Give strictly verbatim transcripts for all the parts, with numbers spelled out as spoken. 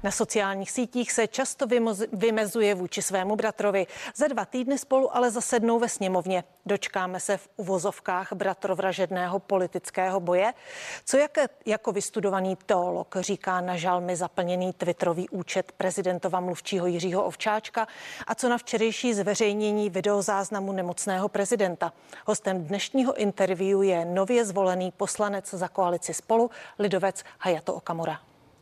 Na sociálních sítích se často vymezuje vůči svému bratrovi. Za dva týdny spolu ale zasednou ve sněmovně. Dočkáme se v uvozovkách bratrovražedného politického boje? Co jak, jako vystudovaný teolog říká na žalmy zaplněný twitterový účet prezidentova mluvčího Jiřího Ovčáčka a co na včerejší zveřejnění videozáznamu nemocného prezidenta? Hostem dnešního interview je nově zvolený poslanec za koalici Spolu, lidovec Hayato Okamura.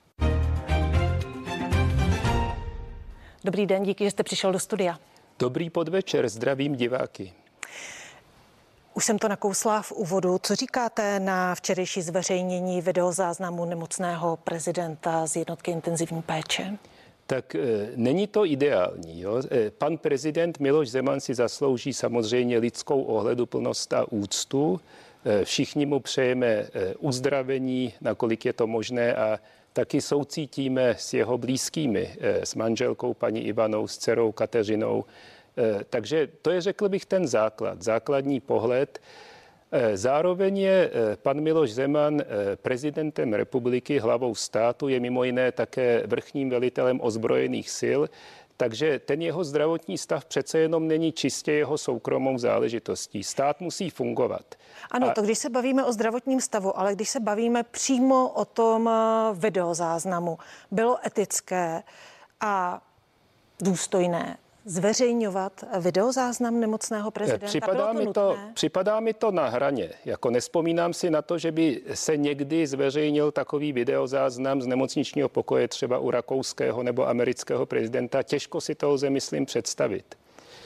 Dobrý den, díky, že jste přišel do studia. Dobrý podvečer, zdravím diváky. Už jsem to nakousla v úvodu. Co říkáte na včerejší zveřejnění videozáznamu nemocného prezidenta z jednotky intenzivní péče? Tak e, není to ideální. Jo? E, pan prezident Miloš Zeman si zaslouží samozřejmě lidskou ohleduplnost a úctu. E, všichni mu přejeme e, uzdravení, nakolik je to možné, a taky soucítíme s jeho blízkými, e, s manželkou paní Ivanou, s dcerou Kateřinou. E, takže to je, řekl bych, ten základ, základní pohled. Zároveň je pan Miloš Zeman prezidentem republiky, hlavou státu, je mimo jiné také vrchním velitelem ozbrojených sil, takže ten jeho zdravotní stav přece jenom není čistě jeho soukromou záležitostí. Stát musí fungovat. Ano, A... to když se bavíme o zdravotním stavu, ale když se bavíme přímo o tom videozáznamu, bylo etické a důstojné zveřejňovat videozáznam nemocného prezidenta? Připadá mi, to, připadá mi to na hraně. Jako nespomínám si na to, že by se někdy zveřejnil takový videozáznam z nemocničního pokoje třeba u rakouského nebo amerického prezidenta. Těžko si to lze, myslím, představit.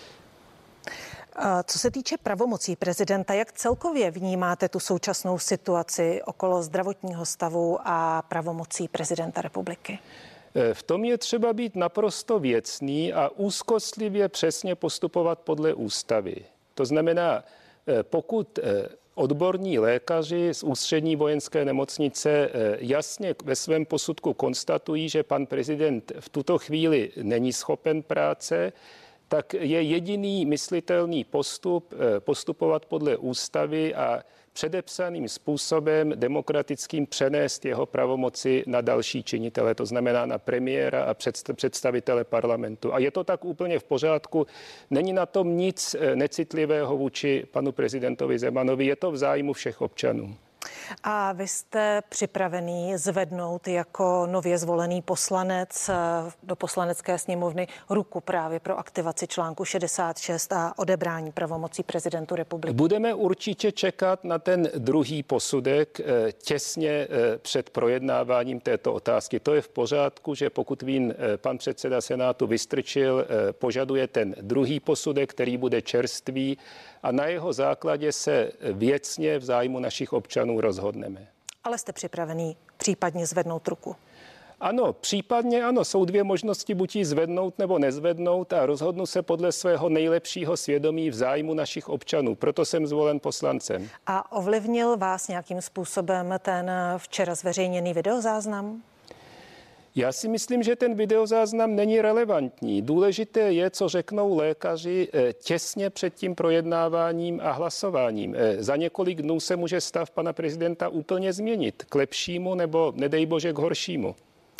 Co se týče pravomocí prezidenta, jak celkově vnímáte tu současnou situaci okolo zdravotního stavu a pravomocí prezidenta republiky? V tom je třeba být naprosto věcný a úzkostlivě přesně postupovat podle ústavy. To znamená, pokud odborní lékaři z ústřední vojenské nemocnice jasně ve svém posudku konstatují, že pan prezident v tuto chvíli není schopen práce, tak je jediný myslitelný postup postupovat podle ústavy a předepsaným způsobem demokratickým přenést jeho pravomoci na další činitele, to znamená na premiéra a představitele parlamentu. A je to tak úplně v pořádku. Není na tom nic necitlivého vůči panu prezidentovi Zemanovi. Je to v zájmu všech občanů. A vy jste připravený zvednout jako nově zvolený poslanec do poslanecké sněmovny ruku právě pro aktivaci článku šedesát šest a odebrání pravomocí prezidentu republiky? Budeme určitě čekat na ten druhý posudek těsně před projednáváním této otázky. To je v pořádku, že pokud vím, pan předseda Senátu Vystrčil požaduje ten druhý posudek, který bude čerstvý, a na jeho základě se věcně v zájmu našich občanů rozhodneme. Ale jste připravený případně zvednout ruku? Ano, případně ano. Jsou dvě možnosti, buď ji zvednout nebo nezvednout, a rozhodnu se podle svého nejlepšího svědomí v zájmu našich občanů. Proto jsem zvolen poslancem. A ovlivnil vás nějakým způsobem ten včera zveřejněný videozáznam? Já si myslím, že ten videozáznam není relevantní. Důležité je, co řeknou lékaři těsně před tím projednáváním a hlasováním. Za několik dnů se může stav pana prezidenta úplně změnit. K lepšímu nebo, nedej bože, k horšímu.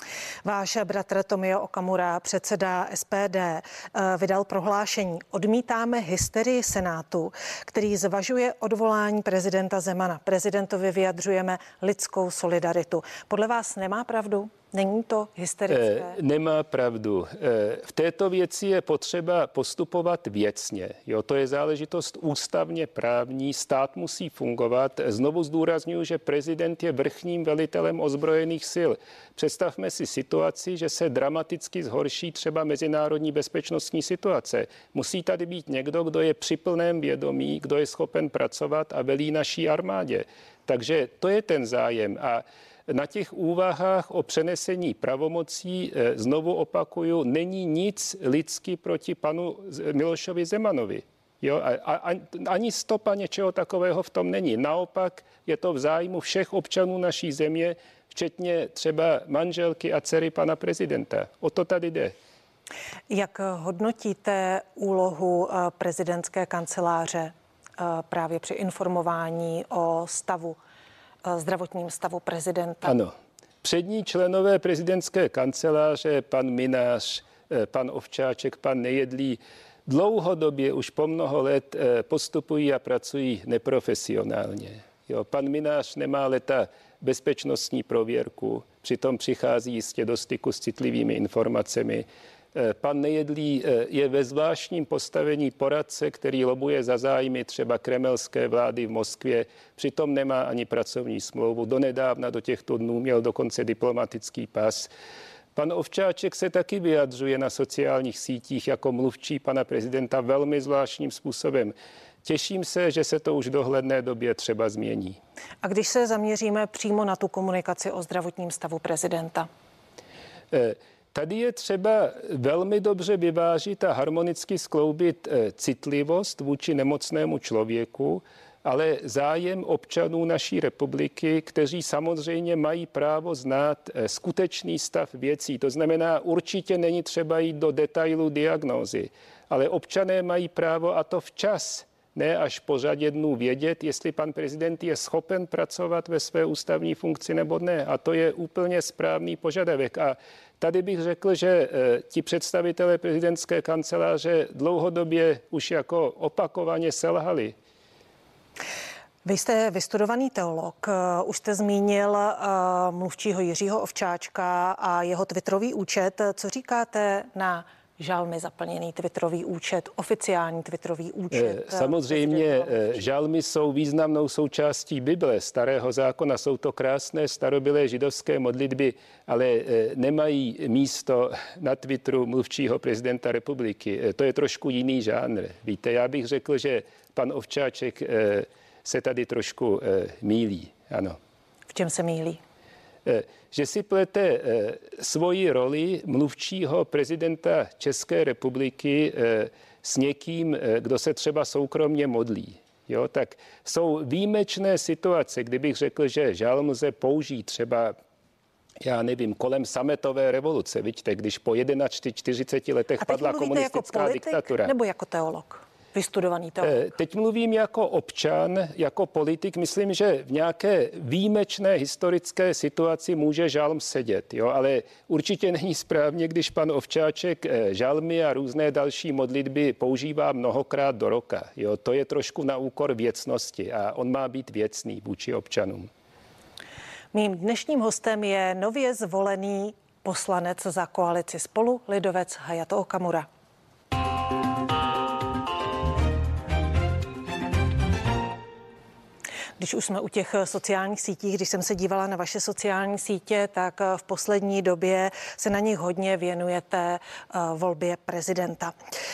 Váš bratr Tomio Okamura, předseda S P D, vydal prohlášení: odmítáme hysterii Senátu, který zvažuje odvolání prezidenta Zemana. Prezidentovi vyjadřujeme lidskou solidaritu. Podle vás nemá pravdu? Není to hysterické? E, nemá pravdu. E, v této věci je potřeba postupovat věcně. Jo, to je záležitost ústavně právní, stát musí fungovat. Znovu zdůrazňuji, že prezident je vrchním velitelem ozbrojených sil. Představme si situaci, že se dramaticky zhorší třeba mezinárodní bezpečnostní situace. Musí tady být někdo, kdo je při plném vědomí, kdo je schopen pracovat a velí naší armádě. Takže to je ten zájem. A na těch úvahách o přenesení pravomocí, znovu opakuju, není nic lidsky proti panu Milošovi Zemanovi. Jo, a, a, ani stopa něčeho takového v tom není. Naopak je to v zájmu všech občanů naší země, včetně třeba manželky a dcery pana prezidenta. O to tady jde. Jak hodnotíte úlohu prezidentské kanceláře právě při informování o stavu, zdravotním stavu prezidenta? Ano. přední členové prezidentské kanceláře, pan Minář, pan Ovčáček, pan Nejedlý, dlouhodobě už po mnoho let postupují a pracují neprofesionálně. Jo, pan Minář nemá leta bezpečnostní prověrku, přitom přichází jistě do styku s citlivými informacemi. Pan Nejedlý je ve zvláštním postavení poradce, který lobuje za zájmy třeba kremelské vlády v Moskvě, přitom nemá ani pracovní smlouvu. Donedávna do těchto dnů měl dokonce diplomatický pas. Pan Ovčáček se taky vyjadřuje na sociálních sítích jako mluvčí pana prezidenta velmi zvláštním způsobem. Těším se, že se to už v dohledné době třeba změní. A když se zaměříme přímo na tu komunikaci o zdravotním stavu prezidenta? Tady je třeba velmi dobře vyvážit a harmonicky skloubit citlivost vůči nemocnému člověku, ale zájem občanů naší republiky, kteří samozřejmě mají právo znát skutečný stav věcí. To znamená, určitě není třeba jít do detailu diagnózy, ale občané mají právo, a to včas, ne až po řadě dnů, vědět, jestli pan prezident je schopen pracovat ve své ústavní funkci nebo ne. A to je úplně správný požadavek. A tady bych řekl, že ti představitelé prezidentské kanceláře dlouhodobě už jako opakovaně selhali. Vy jste vystudovaný teolog, už jste zmínil mluvčího Jiřího Ovčáčka a jeho twitterový účet. Co říkáte na žalmy zaplněný twitterový účet, oficiální twitterový účet? Samozřejmě žalmy jsou významnou součástí Bible, Starého zákona. Jsou to krásné starobylé židovské modlitby, ale nemají místo na Twitteru mluvčího prezidenta republiky. To je trošku jiný žánr. Víte, já bych řekl, že pan Ovčáček se tady trošku mýlí. Ano. V čem se mýlí? Že si plete svoji roli mluvčího prezidenta České republiky s někým, kdo se třeba soukromně modlí. Jo, tak jsou výjimečné situace, kdybych řekl, že žalm lze použít třeba, já nevím, kolem sametové revoluce, vidíte, když po čtyřiceti letech padla komunistická jako diktatura. Nebo jako teolog? Vystudovaný teolog. Teď mluvím jako občan, jako politik. Myslím, že v nějaké výjimečné historické situaci může žalm sedět, jo? Ale určitě není správně, když pan Ovčáček žalmy a různé další modlitby používá mnohokrát do roka. Jo? To je trošku na úkor věcnosti a on má být věcný vůči občanům. Mým dnešním hostem je nově zvolený poslanec za koalici Spolu, lidovec Hayato Okamura. Když už jsme u těch sociálních sítích, když jsem se dívala na vaše sociální sítě, tak v poslední době se na nich hodně věnujete volbě prezidenta.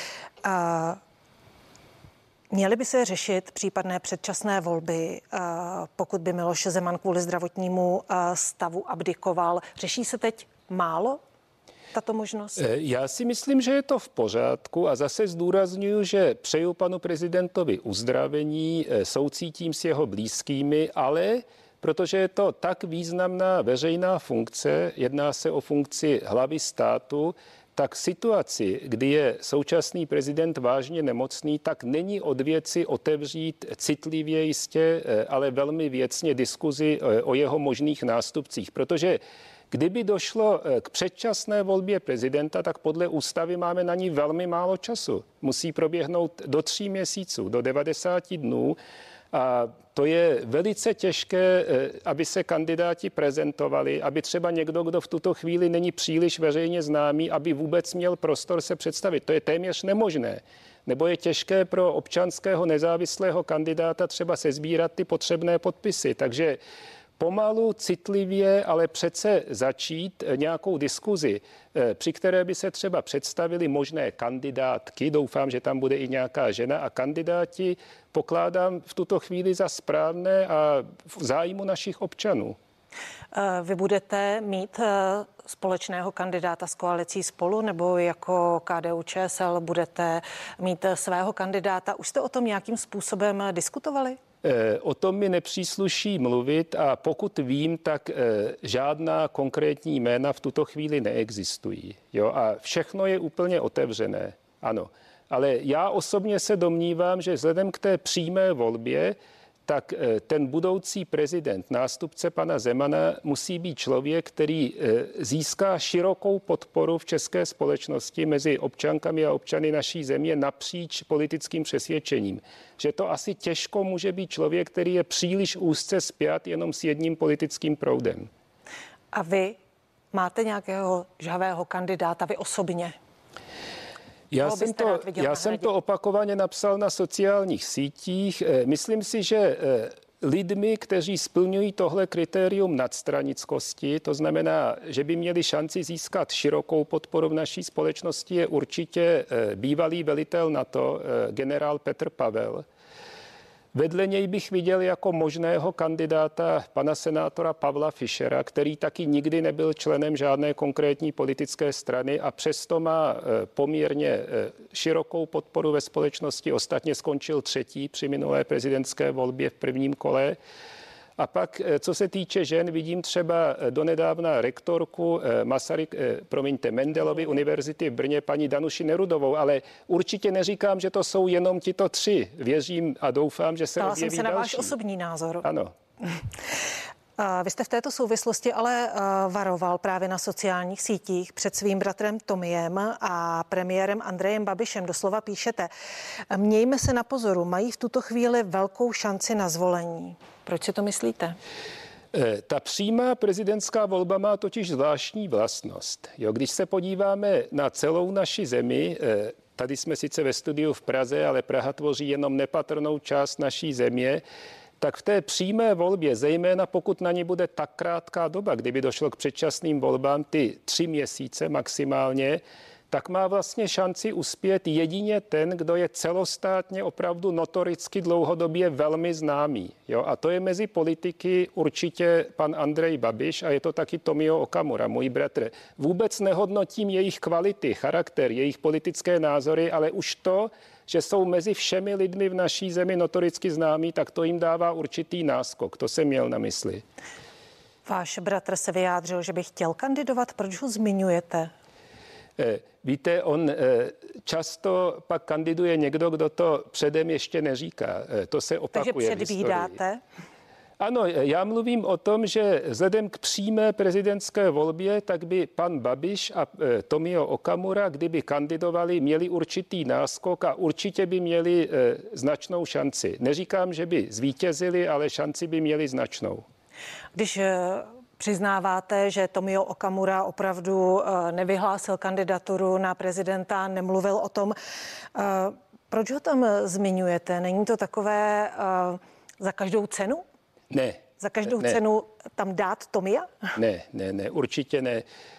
Měly by se řešit případné předčasné volby, pokud by Miloš Zeman kvůli zdravotnímu stavu abdikoval. Řeší se teď málo tato možnost? Já si myslím, že je to v pořádku a zase zdůrazňuji, že přeju panu prezidentovi uzdravení, soucítím s jeho blízkými, ale protože je to tak významná veřejná funkce, jedná se o funkci hlavy státu, tak situaci, kdy je současný prezident vážně nemocný, tak není od věci otevřít citlivě jistě, ale velmi věcně diskuzi o jeho možných nástupcích, protože kdyby došlo k předčasné volbě prezidenta, tak podle ústavy máme na ní velmi málo času. Musí proběhnout do tří měsíců, do devadesáti dnů. A to je velice těžké, aby se kandidáti prezentovali, aby třeba někdo, kdo v tuto chvíli není příliš veřejně známý, aby vůbec měl prostor se představit. To je téměř nemožné. Nebo je těžké pro občanského nezávislého kandidáta třeba sesbírat ty potřebné podpisy. Takže pomalu, citlivě, ale přece začít nějakou diskuzi, při které by se třeba představili možné kandidátky, doufám, že tam bude i nějaká žena, a kandidáti pokládám v tuto chvíli za správné a v zájmu našich občanů. Vy budete mít společného kandidáta s koalicí Spolu, nebo jako K D U Č S L budete mít svého kandidáta? Už jste o tom nějakým způsobem diskutovali? O tom mi nepřísluší mluvit a pokud vím, tak žádná konkrétní jména v tuto chvíli neexistují. Jo? A všechno je úplně otevřené, ano. Ale já osobně se domnívám, že vzhledem k té přímé volbě, tak ten budoucí prezident, nástupce pana Zemana, musí být člověk, který získá širokou podporu v české společnosti mezi občankami a občany naší země napříč politickým přesvědčením. Že to asi těžko může být člověk, který je příliš úzce spjat jenom s jedním politickým proudem. A vy máte nějakého žhavého kandidáta, vy osobně? Já, jsem to, já jsem to opakovaně napsal na sociálních sítích. Myslím si, že lidmi, kteří splňují tohle kritérium nadstranickosti, to znamená, že by měli šanci získat širokou podporu v naší společnosti, je určitě bývalý velitel NATO, generál Petr Pavel. Vedle něj bych viděl jako možného kandidáta pana senátora Pavla Fischera, který taky nikdy nebyl členem žádné konkrétní politické strany a přesto má poměrně širokou podporu ve společnosti. Ostatně skončil třetí při minulé prezidentské volbě v prvním kole. A pak, co se týče žen, vidím třeba donedávna rektorku Masaryk, promiňte, Mendelovy univerzity v Brně, paní Danuši Nerudovou, ale určitě neříkám, že to jsou jenom tito tři. Věřím a doufám, že se Ptala objeví jsem se na další. váš osobní názor. Ano. Vy jste v této souvislosti ale varoval právě na sociálních sítích před svým bratrem Tomiem a premiérem Andrejem Babišem. Doslova píšete: mějme se na pozoru, mají v tuto chvíli velkou šanci na zvolení. Proč si to myslíte? Ta přímá prezidentská volba má totiž zvláštní vlastnost. Jo, když se podíváme na celou naši zemi, tady jsme sice ve studiu v Praze, ale Praha tvoří jenom nepatrnou část naší země, tak v té přímé volbě, zejména pokud na ní bude tak krátká doba, kdyby došlo k předčasným volbám, ty tři měsíce maximálně, tak má vlastně šanci uspět jedině ten, kdo je celostátně opravdu notoricky dlouhodobě velmi známý. Jo? A to je mezi politiky určitě pan Andrej Babiš a je to taky Tomio Okamura, můj bratr. Vůbec nehodnotím jejich kvality, charakter, jejich politické názory, ale už to, že jsou mezi všemi lidmi v naší zemi notoricky známí, tak to jim dává určitý náskok. To jsem měl na mysli. Váš bratr se vyjádřil, že by chtěl kandidovat. Proč ho zmiňujete? Víte, on často pak kandiduje někdo, kdo to předem ještě neříká. To se opakuje. Takže předvídáte? Ano, já mluvím o tom, že vzhledem k přímé prezidentské volbě, tak by pan Babiš a Tomio Okamura, kdyby kandidovali, měli určitý náskok a určitě by měli značnou šanci. Neříkám, že by zvítězili, ale šanci by měli značnou. Když přiznáváte, že Tomio Okamura opravdu nevyhlásil kandidaturu na prezidenta, nemluvil o tom, proč ho tam zmiňujete? Není to takové za každou cenu? Ne. Za každou ne. cenu tam dát Tomia? Ne, ne, ne, určitě ne.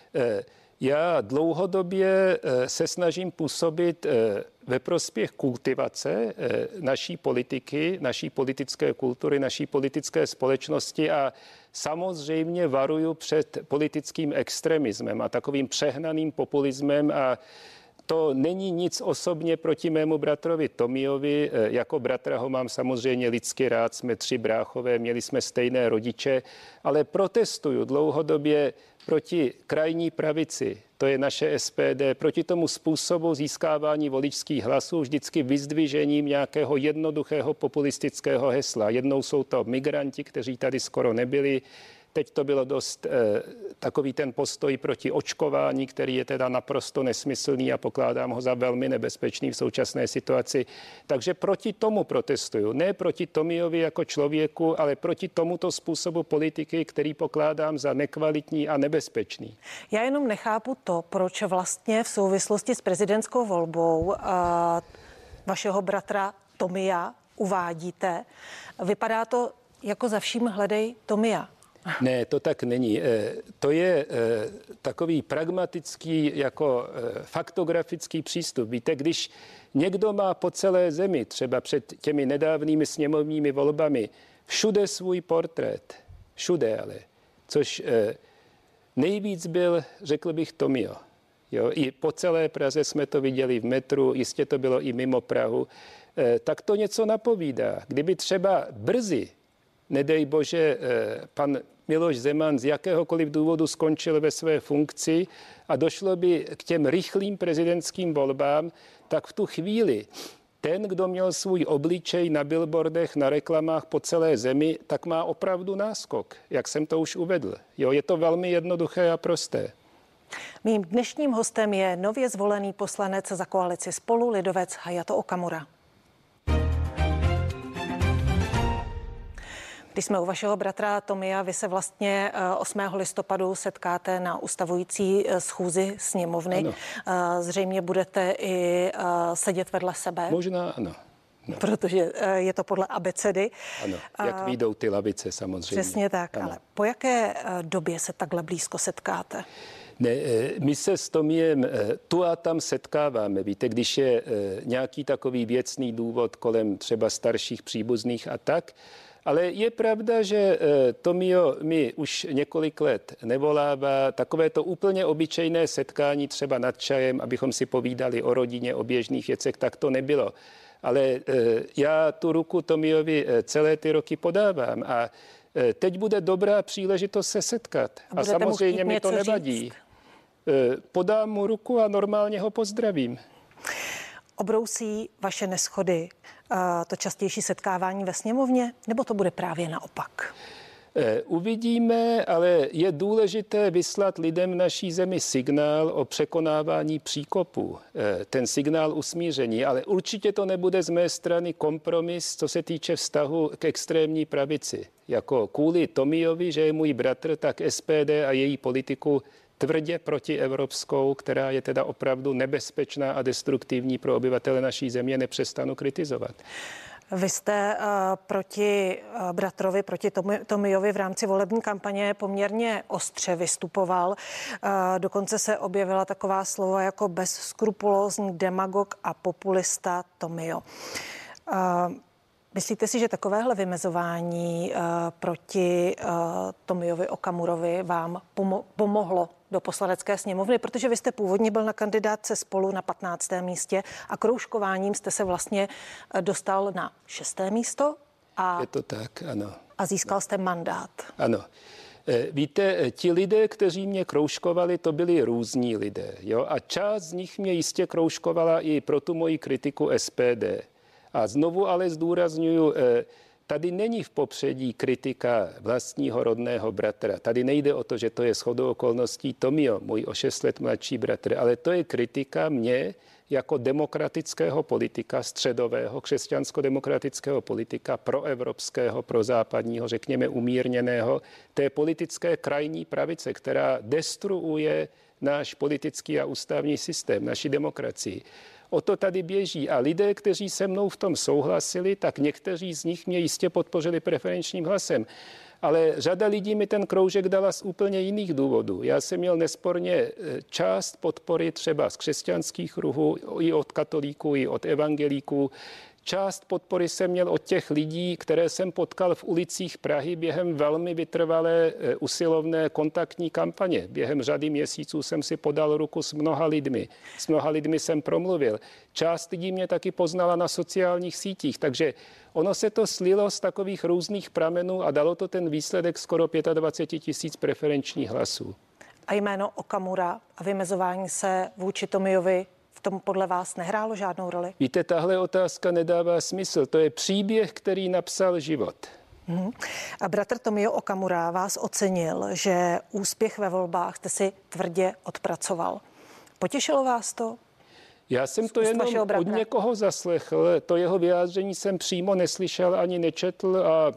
Já dlouhodobě se snažím působit ve prospěch kultivace naší politiky, naší politické kultury, naší politické společnosti a samozřejmě varuju před politickým extremismem a takovým přehnaným populismem a to není nic osobně proti mému bratrovi Tomiovi. Jako bratra ho mám samozřejmě lidsky rád, jsme tři bráchové, měli jsme stejné rodiče, ale protestuju dlouhodobě proti krajní pravici, to je naše S P D, proti tomu způsobu získávání voličských hlasů vždycky vyzdvižením nějakého jednoduchého populistického hesla. Jednou jsou to migranti, kteří tady skoro nebyli. Teď to bylo dost eh, takový ten postoj proti očkování, který je teda naprosto nesmyslný a pokládám ho za velmi nebezpečný v současné situaci. Takže proti tomu protestuju. Ne proti Tomiovi jako člověku, ale proti tomuto způsobu politiky, který pokládám za nekvalitní a nebezpečný. Já jenom nechápu to, proč vlastně v souvislosti s prezidentskou volbou uh, vašeho bratra Tomia uvádíte. Vypadá to jako za vším hledej Tomia. Ne, to tak není. To je takový pragmatický, jako faktografický přístup. Víte, když někdo má po celé zemi, třeba před těmi nedávnými sněmovními volbami, všude svůj portrét, všude ale, což nejvíc byl, řekl bych, Tomio. Jo, i po celé Praze jsme to viděli v metru, jistě to bylo i mimo Prahu, tak to něco napovídá. Kdyby třeba brzy, nedej bože, pan Miloš Zeman z jakéhokoliv důvodu skončil ve své funkci a došlo by k těm rychlým prezidentským volbám, tak v tu chvíli ten, kdo měl svůj obličej na billboardech, na reklamách po celé zemi, tak má opravdu náskok, jak jsem to už uvedl. Jo, je to velmi jednoduché a prosté. Mým dnešním hostem je nově zvolený poslanec za koalici Spolu lidovec Hayato Okamura. Když jsme u vašeho bratra Tomia, vy se vlastně osmého listopadu setkáte na ustavující schůzi sněmovny. Ano. Zřejmě budete i sedět vedle sebe. Možná ano. No. Protože je to podle abecedy. Ano, jak vyjdou ty lavice samozřejmě. Přesně tak, ano. Ale po jaké době se takhle blízko setkáte? Ne, my se s Tomiem tu a tam setkáváme. Víte, když je nějaký takový věcný důvod kolem třeba starších příbuzných a tak. Ale je pravda, že Tomio mi už několik let nevolává. Takové to úplně obyčejné setkání třeba nad čajem, abychom si povídali o rodině, o běžných věcech, tak to nebylo. Ale já tu ruku Tomiovi celé ty roky podávám a teď bude dobrá příležitost se setkat. A, a samozřejmě mi to nevadí. Říct? Podám mu ruku a normálně ho pozdravím. Obrousí vaše neshody to častější setkávání ve sněmovně, nebo to bude právě naopak? Uvidíme, ale je důležité vyslat lidem v naší zemi signál o překonávání příkopů. Ten signál usmíření, ale určitě to nebude z mé strany kompromis, co se týče vztahu k extrémní pravici. Jako kvůli Tomiovi, že je můj bratr, tak S P D a její politiku tvrdě protievropskou, která je teda opravdu nebezpečná a destruktivní pro obyvatele naší země, nepřestanu kritizovat. Vy jste uh, proti uh, bratrovi, proti Tomiovi v rámci volební kampaně poměrně ostře vystupoval. Uh, dokonce se objevila taková slova jako bezskrupulózní demagog a populista Tomio. Uh, Myslíte si, že takovéhle vymezování uh, proti uh, Tomiovi Okamurovi vám pomo- pomohlo do poslanecké sněmovny, protože vy jste původně byl na kandidátce Spolu na patnáctém místě a kroužkováním jste se vlastně dostal na šesté místo a, je to tak, ano. A získal jste mandát. Ano. Víte, ti lidé, kteří mě kroužkovali, to byli různí lidé. Jo? A část z nich mě jistě kroužkovala i pro tu moji kritiku S P D. A znovu ale zdůrazňuju, tady není v popředí kritika vlastního rodného bratra. Tady nejde o to, že to je shodou okolností Tomio, můj o šest let mladší bratr, ale to je kritika mě jako demokratického politika, středového, křesťansko-demokratického politika, proevropského, prozápadního, řekněme umírněného, té politické krajní pravice, která destruuje náš politický a ústavní systém, naši demokracii. O to tady běží a lidé, kteří se mnou v tom souhlasili, tak někteří z nich mě jistě podpořili preferenčním hlasem. Ale řada lidí mi ten kroužek dala z úplně jiných důvodů. Já jsem měl nesporně část podpory třeba z křesťanských kruhů, i od katolíků, i od evangelíků. Část podpory jsem měl od těch lidí, které jsem potkal v ulicích Prahy během velmi vytrvalé usilovné kontaktní kampaně. Během řady měsíců jsem si podal ruku s mnoha lidmi. S mnoha lidmi jsem promluvil. Část lidí mě taky poznala na sociálních sítích, takže ono se to slilo z takových různých pramenů a dalo to ten výsledek skoro dvacet pět tisíc preferenčních hlasů. A jméno Okamura a vymezování se vůči Tomiovi v tom podle vás nehrálo žádnou roli? Víte, tahle otázka nedává smysl. To je příběh, který napsal život. Hmm. A bratr Tomio Okamura vás ocenil, že úspěch ve volbách jste si tvrdě odpracoval. Potěšilo vás to? Já jsem to jenom od někoho zaslechl. To jeho vyjádření jsem přímo neslyšel ani nečetl a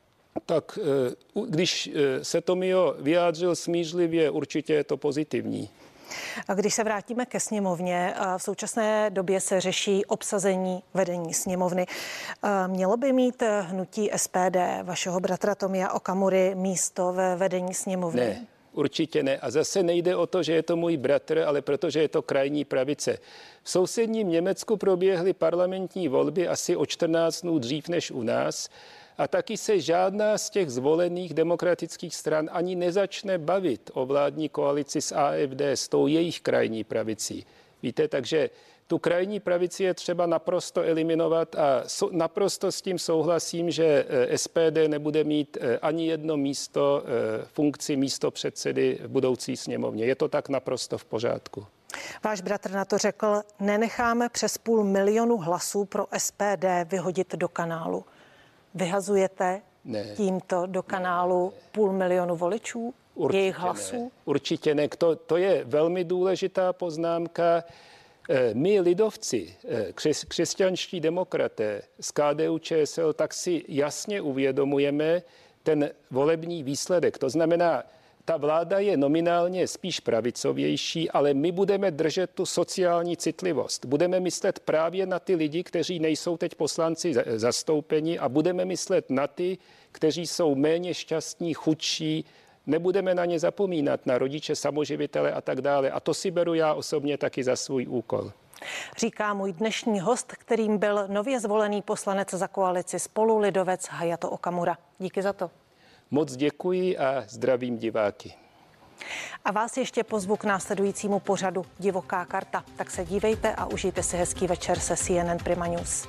tak když se Tomio vyjádřil smířlivě, určitě je to pozitivní. A když se vrátíme ke sněmovně, v současné době se řeší obsazení vedení sněmovny. Mělo by mít hnutí S P D, vašeho bratra Tomia Okamury, místo ve vedení sněmovny? Ne, určitě ne. A zase nejde o to, že je to můj bratr, ale protože je to krajní pravice. V sousedním Německu proběhly parlamentní volby asi o čtrnáct dnů dřív než u nás. A taky se žádná z těch zvolených demokratických stran ani nezačne bavit o vládní koalici s A F D, s tou jejich krajní pravicí. Víte, takže tu krajní pravici je třeba naprosto eliminovat a so, naprosto s tím souhlasím, že S P D nebude mít ani jedno místo, funkci místo předsedy v budoucí sněmovně. Je to tak naprosto v pořádku. Váš bratr na to řekl, nenecháme přes půl milionu hlasů pro S P D vyhodit do kanálu. Vyhazujete ne. tímto do kanálu ne. půl milionu voličů, určitě jejich hlasů? Ne. Určitě ne. To, to je velmi důležitá poznámka. My lidovci, křes, křesťanští demokraté z K D U Č S L, tak si jasně uvědomujeme ten volební výsledek. To znamená, ta vláda je nominálně spíš pravicovější, ale my budeme držet tu sociální citlivost. Budeme myslet právě na ty lidi, kteří nejsou teď poslanci zastoupeni, a budeme myslet na ty, kteří jsou méně šťastní, chudší. Nebudeme na ně zapomínat, na rodiče, samoživitele a tak dále. A to si beru já osobně taky za svůj úkol. Říká můj dnešní host, kterým byl nově zvolený poslanec za koalici Spolu lidovec Hayato Okamura. Díky za to. Moc děkuji a zdravím diváky. A vás ještě pozvu k následujícímu pořadu Divoká karta. Tak se dívejte a užijte si hezký večer se C N N Prima News.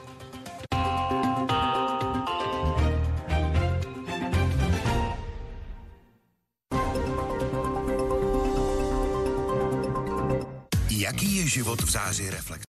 Jaký je život v září Reflektu?